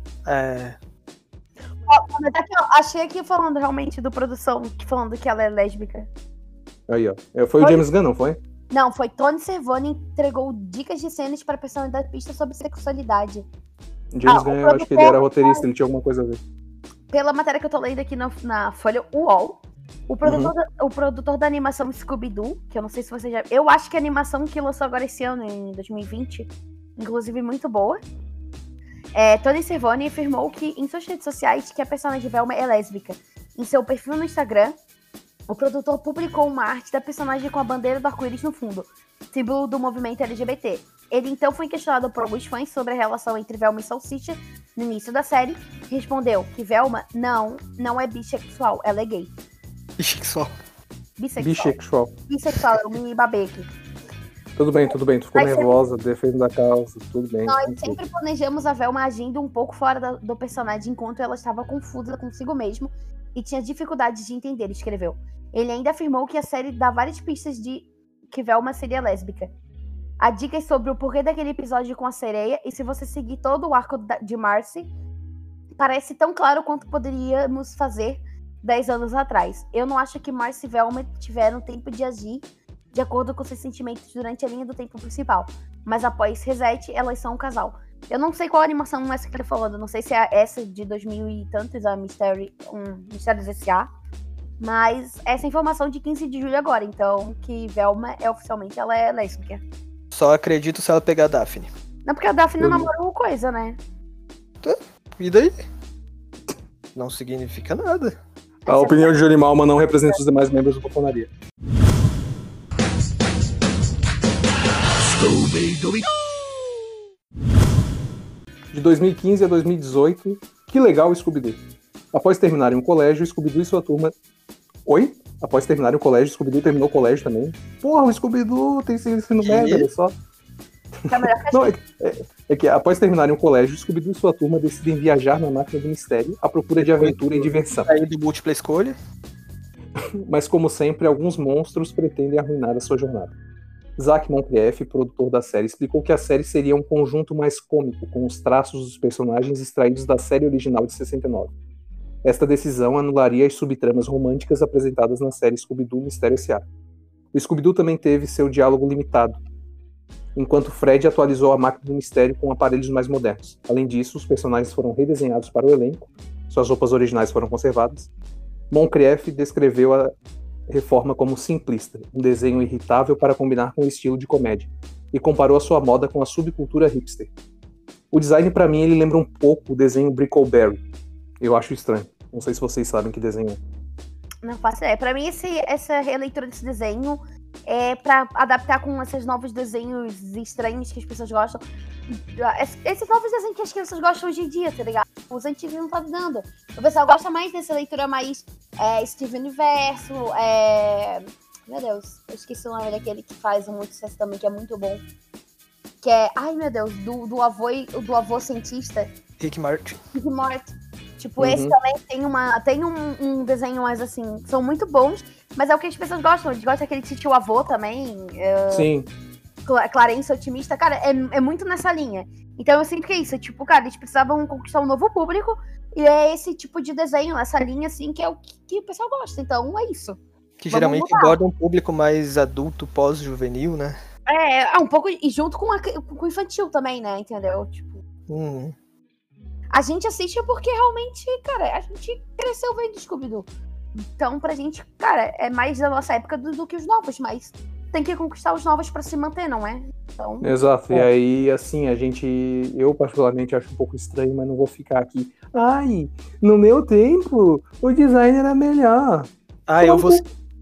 Mas é que eu achei aqui falando realmente do produção, falando que ela é lésbica. Aí, ó. Foi o James Gunn, não foi? Não, foi Tony Cervone entregou dicas de cenas para personalidade pista sobre sexualidade. James Gunn, eu acho que ele era roteirista, ele tinha alguma coisa a ver. Pela matéria que eu tô lendo aqui na Folha UOL, o produtor da animação Scooby-Doo, que eu não sei se você já... Eu acho que a animação que lançou agora esse ano, em 2020, inclusive muito boa, Tony Cervone afirmou que em suas redes sociais que a personagem Velma é lésbica. Em seu perfil no Instagram, o produtor publicou uma arte da personagem com a bandeira do arco-íris no fundo, símbolo do movimento LGBT. Ele então foi questionado por alguns fãs sobre a relação entre Velma e Salsicha no início da série, e respondeu que Velma não é bissexual, ela é gay. Bissexual. Bissexual, eu me babei aqui. Tudo bem, tu ficou nervosa, defendendo a causa, tudo bem. Nós sempre planejamos a Velma agindo um pouco fora do personagem enquanto ela estava confusa consigo mesma e tinha dificuldades de entender, escreveu. Ele ainda afirmou que a série dá várias pistas de que Velma seria lésbica. Há dicas sobre o porquê daquele episódio com a sereia, e se você seguir todo o arco de Marcy, parece tão claro quanto poderíamos fazer 10 anos atrás. Eu não acho que Marcy e Velma tiveram tempo de agir de acordo com seus sentimentos durante a linha do tempo principal, mas após Reset, elas são um casal. Eu não sei qual animação é essa que ele falou, não sei se é essa de 2000 e tantos, a Mistérios S.A., mas essa informação de 15 de julho agora, então que Velma oficialmente ela é lésbica. Só acredito se ela pegar a Daphne. Não, porque a Daphne namorou coisa, né? E daí? Não significa nada. A opinião de Johnny Malman não representa os demais membros do Bufonaria. De 2015 a 2018, que legal o Scooby-Doo. Após terminarem o colégio, Scooby-Doo e sua turma... Oi? Após terminarem o colégio, Scooby-Doo terminou o colégio também. Porra, o Scooby-Doo tem ensino médio, olha só. É a melhor Não, é que após terminarem o colégio, Scooby-Doo e sua turma decidem viajar na máquina do mistério à procura de aventura e diversão. Sair do múltipla escolha. Mas como sempre, alguns monstros pretendem arruinar a sua jornada. Zach Moncrief, produtor da série, explicou que a série seria um conjunto mais cômico, com os traços dos personagens extraídos da série original de 69. Esta decisão anularia as subtramas românticas apresentadas na série Scooby-Doo Mistério S.A. O Scooby-Doo também teve seu diálogo limitado, enquanto Fred atualizou a máquina do mistério com aparelhos mais modernos. Além disso, os personagens foram redesenhados para o elenco, suas roupas originais foram conservadas. Moncrief descreveu a reforma como simplista, um desenho irritável para combinar com o estilo de comédia, e comparou a sua moda com a subcultura hipster. O design, para mim, ele lembra um pouco o desenho Brickleberry. Eu acho estranho. Não sei se vocês sabem que desenho é. Não faço ideia. Pra mim, essa releitura desse desenho é pra adaptar com esses novos desenhos estranhos que as pessoas gostam. Esses novos desenhos que as crianças gostam hoje em dia, tá ligado? Os antigos não tá dando. O pessoal gosta mais dessa leitura mais Steven Universo, meu Deus, eu esqueci o nome daquele que faz muito sucesso também, que é muito bom. Que é, ai meu Deus, do avô cientista. Rick Morty. Rick Morty. Tipo, esse também tem um desenho mais assim, são muito bons, mas é o que as pessoas gostam. Eles gostam daquele tio avô também. Sim. Clarence Otimista, cara, é muito nessa linha. Então eu sinto que é isso, tipo, cara, eles precisavam conquistar um novo público, e é esse tipo de desenho, essa linha, assim, que é o que o pessoal gosta. Então é isso. Que geralmente aborda um público mais adulto, pós-juvenil, né? Um pouco, e junto com o infantil também, né, entendeu? Tipo... A gente assiste porque realmente, cara, a gente cresceu vendo Scooby-Doo. Então, pra gente, cara, é mais da nossa época do que os novos, mas tem que conquistar os novos pra se manter, não é? Então, exato, e aí, assim, eu particularmente acho um pouco estranho, mas não vou ficar aqui. Ai, no meu tempo, o design era melhor. Eu vou...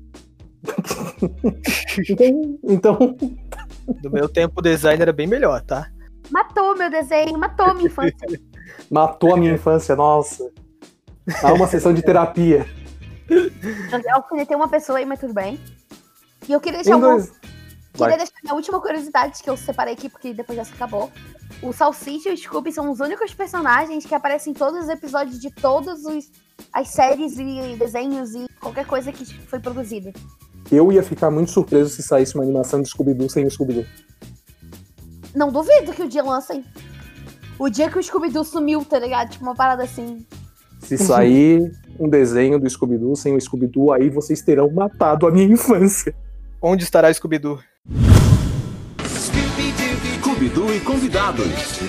então... No meu tempo, o design era bem melhor, tá? Matou meu desenho, matou minha infância. Matou a minha infância, nossa. Há uma sessão de terapia. Eu alfinetei uma pessoa aí, mas tudo bem. E eu queria deixar deixar a última curiosidade que eu separei aqui, porque depois já se acabou. O Salsicha e o Scooby são os únicos personagens que aparecem em todos os episódios de todas as séries e desenhos e qualquer coisa que foi produzida. Eu ia ficar muito surpreso se saísse uma animação de Scooby-Doo sem o Scooby-Doo. Não duvido que o dia lancem. O dia que o Scooby-Doo sumiu, tá ligado? Tipo, uma parada assim. Se sair um desenho do Scooby-Doo sem o Scooby-Doo, aí vocês terão matado a minha infância. Onde estará Scooby-Doo? Scooby-Doo e convidados.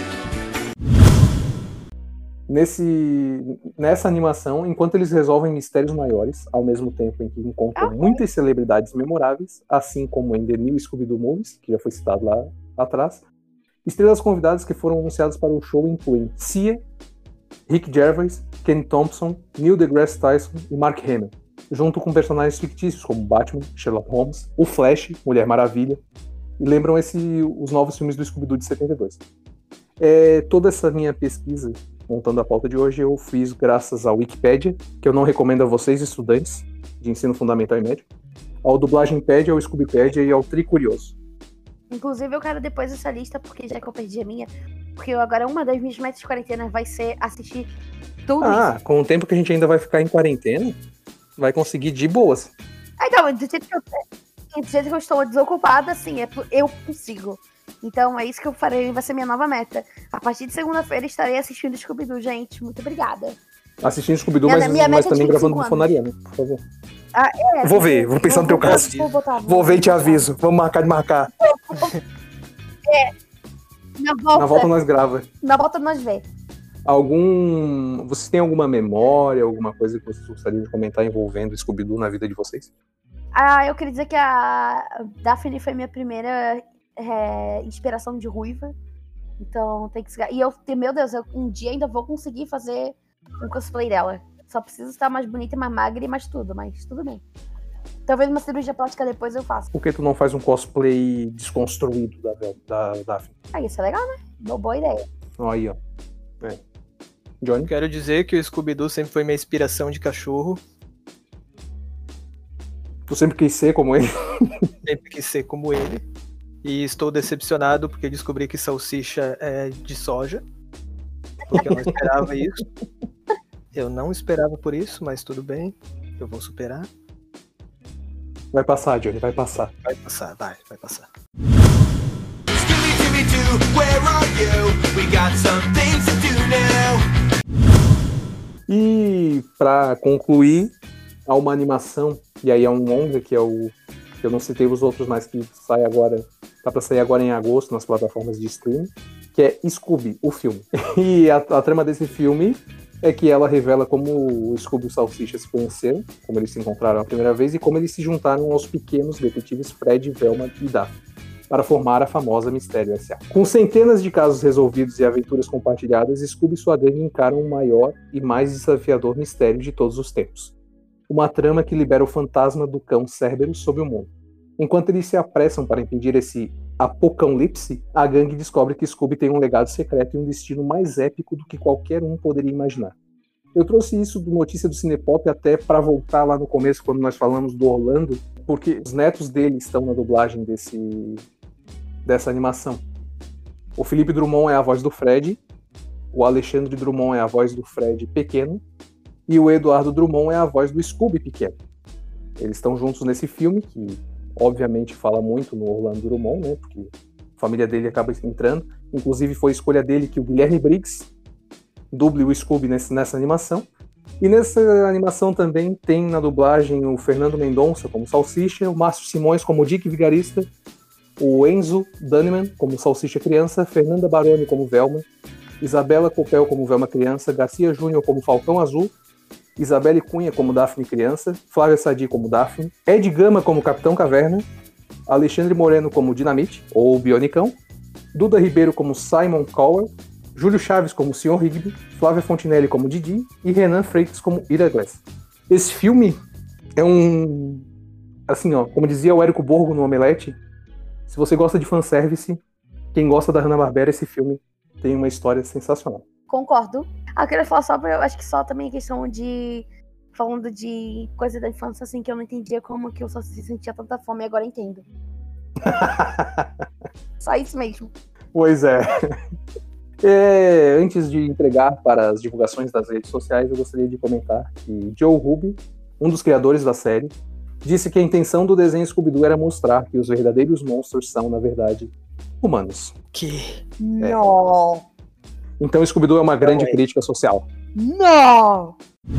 Nessa animação, enquanto eles resolvem mistérios maiores, ao mesmo tempo em que encontram muitas celebridades memoráveis, assim como em The New Scooby-Doo Movies, que já foi citado lá atrás, estrelas convidadas que foram anunciadas para o show incluem Sia, Rick Gervais, Ken Thompson, Neil deGrasse Tyson e Mark Hamill, junto com personagens fictícios como Batman, Sherlock Holmes, o Flash, Mulher Maravilha, e lembram os novos filmes do Scooby-Doo de 72. Toda essa minha pesquisa, montando a pauta de hoje, eu fiz graças à Wikipédia, que eu não recomendo a vocês, estudantes de ensino fundamental e médio, ao Dublagempédia, ao Scoobypedia e ao Tricurioso. Inclusive, eu quero depois essa lista, porque já que eu perdi a minha, porque agora uma das minhas metas de quarentena vai ser assistir tudo isso. Com o tempo que a gente ainda vai ficar em quarentena, vai conseguir de boas. Então, do jeito que eu estou desocupada, assim, eu consigo. Então, é isso que eu farei, vai ser minha nova meta. A partir de segunda-feira, estarei assistindo Scooby-Doo, gente. Muito obrigada. Assistindo Scooby-Doo, mas também gravando Bufonaria, né? Por favor. Vou ver, vou pensar no teu caso. Vou ver e te aviso. Vamos marcar de marcar. Na volta nós grava. Na volta nós vê. Vocês têm alguma memória, alguma coisa que vocês gostariam de comentar envolvendo Scooby-Doo na vida de vocês? Eu queria dizer que a Daphne foi minha primeira inspiração de ruiva. Então tem que... E meu Deus, um dia ainda vou conseguir fazer um cosplay dela. Só preciso estar mais bonita e mais magra e mais tudo, mas tudo bem. Talvez uma cirurgia plástica depois eu faça. Por que tu não faz um cosplay desconstruído da Daphne? Isso é legal, né? Boa ideia. Aí, ó. Johnny? Quero dizer que o Scooby-Doo sempre foi minha inspiração de cachorro. Tu sempre quis ser como ele? Sempre quis ser como ele. E estou decepcionado porque descobri que salsicha é de soja. Porque eu não esperava isso. Eu não esperava por isso, mas tudo bem. Eu vou superar. Vai passar, Johnny, vai passar. Vai passar, vai passar. E pra concluir, há uma animação, e aí é um longa, que é o... Eu não citei os outros, mas que sai agora, tá pra sair agora em agosto nas plataformas de streaming, que é Scooby, o filme. E a trama desse filme é que ela revela como o Scooby e o Salsicha se conheceram, como eles se encontraram a primeira vez e como eles se juntaram aos pequenos detetives Fred, Velma e Daphne, para formar a famosa Mistério S.A. Com centenas de casos resolvidos e aventuras compartilhadas, Scooby e sua gangue encaram o maior e mais desafiador mistério de todos os tempos. Uma trama que libera o fantasma do cão Cerberus sobre o mundo. Enquanto eles se apressam para impedir esse apocalipse, a gangue descobre que Scooby tem um legado secreto e um destino mais épico do que qualquer um poderia imaginar. Eu trouxe isso do Notícia do Cinepop até para voltar lá no começo, quando nós falamos do Orlando, porque os netos dele estão na dublagem dessa animação. O Felipe Drummond é a voz do Fred, o Alexandre Drummond é a voz do Fred pequeno, e o Eduardo Drummond é a voz do Scooby pequeno. Eles estão juntos nesse filme, que obviamente fala muito no Orlando Drummond, né, porque a família dele acaba entrando. Inclusive foi escolha dele que o Guilherme Briggs duble o Scooby nessa animação. E nessa animação também tem na dublagem o Fernando Mendonça como Salsicha, o Márcio Simões como Dick Vigarista, o Enzo Dunneman como Salsicha Criança, Fernanda Baroni como Velma, Isabela Copel como Velma Criança, Garcia Júnior como Falcão Azul, Isabelle Cunha como Daphne Criança, Flávia Sadi como Daphne, Ed Gama como Capitão Caverna, Alexandre Moreno como Dinamite, ou Bionicão, Duda Ribeiro como Simon Cowell, Júlio Chaves como Sr. Rigby, Flávia Fontinelli como Didi e Renan Freitas como Ira Glass. Esse filme é um... Assim, ó, como dizia o Érico Borgo no Omelete, se você gosta de fanservice, quem gosta da Hanna-Barbera, esse filme tem uma história sensacional. Concordo. Eu queria falar só, eu acho que só também a questão de... Falando de coisa da infância, assim, que eu não entendia como que eu só se sentia tanta fome e agora entendo. Só isso mesmo. Pois é. Antes de entregar para as divulgações das redes sociais, eu gostaria de comentar que Joe Ruby, um dos criadores da série, disse que a intenção do desenho Scooby-Doo era mostrar que os verdadeiros monstros são, na verdade, humanos. Que? Não. Então Scooby-Doo é uma grande crítica social. Não!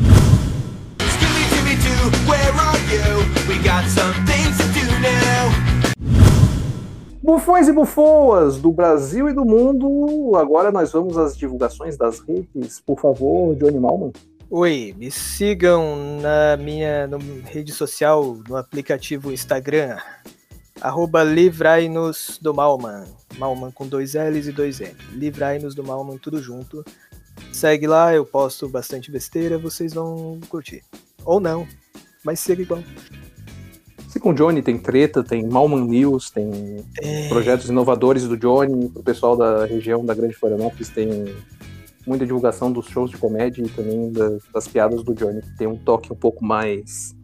Bufões e bufoas do Brasil e do mundo, agora nós vamos às divulgações das redes. Por favor, Johnny Malman. Oi, me sigam na minha rede social, no aplicativo Instagram, @livrai-nos do Malman. Malman com 2 L's e 2 N. Livrai-nos do Malman, tudo junto. Segue lá, eu posto bastante besteira, vocês vão curtir. Ou não, mas siga igual. Se com o Johnny tem treta, tem Malman News, tem projetos inovadores do Johnny, pro pessoal da região da Grande Florianópolis tem muita divulgação dos shows de comédia e também das piadas do Johnny, que tem um toque um pouco mais...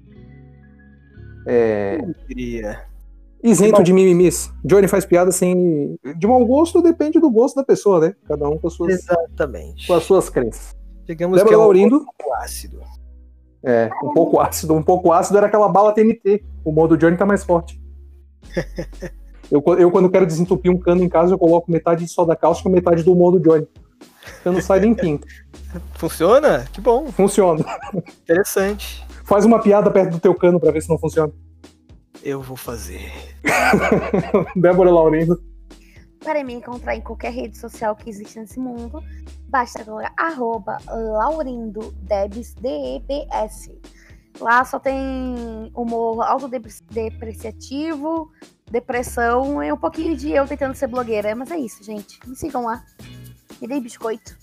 Eu diria... isento de mimimis. Johnny faz piada sem... De mau gosto, depende do gosto da pessoa, né? Cada um com as suas... Exatamente. Com as suas crenças. Digamos Débora que é Laurindo. Um pouco ácido. Um pouco ácido. Um pouco ácido era aquela bala TNT. O modo Johnny tá mais forte. Eu quando quero desentupir um cano em casa, eu coloco metade de soda cáustica e metade do modo Johnny. O cano sai limpinho. Funciona? Que bom. Funciona. Interessante. Faz uma piada perto do teu cano pra ver se não funciona. Eu vou fazer. Débora Laurindo. Para me encontrar em qualquer rede social que existe nesse mundo, basta colocar @laurindodebs, DEBS. Lá só tem humor autodepreciativo, depressão e um pouquinho de eu tentando ser blogueira. Mas é isso, gente. Me sigam lá. Me dei biscoito.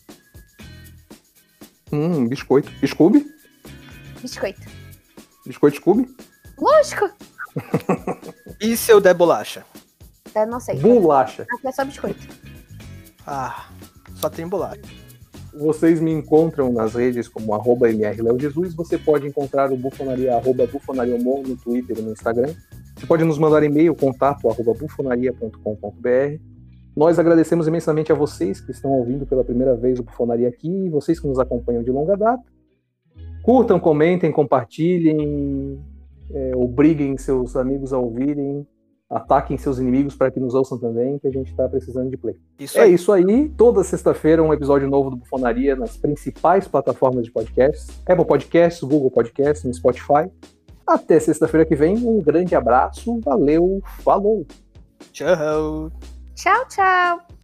Biscoito. Scooby? Biscoito. Biscoito Scooby? Lógico. E se eu der bolacha? Eu não sei. Bolacha. Aqui é só biscoito. Só tem bolacha. Vocês me encontram nas redes como @mrleojesus. Você pode encontrar o Bufonaria, @bufonariamor no Twitter e no Instagram. pode nos mandar e-mail, contato@bufonaria.com.br. Nós agradecemos imensamente a vocês que estão ouvindo pela primeira vez o Bufonaria aqui e vocês que nos acompanham de longa data. Curtam, comentem, compartilhem, obriguem seus amigos a ouvirem, ataquem seus inimigos para que nos ouçam também, que a gente está precisando de play. Isso aí. Toda sexta-feira um episódio novo do Bufonaria nas principais plataformas de podcasts. Apple Podcasts, Google Podcasts, no Spotify. Até sexta-feira que vem. Um grande abraço. Valeu. Falou. Tchau. Tchau, tchau.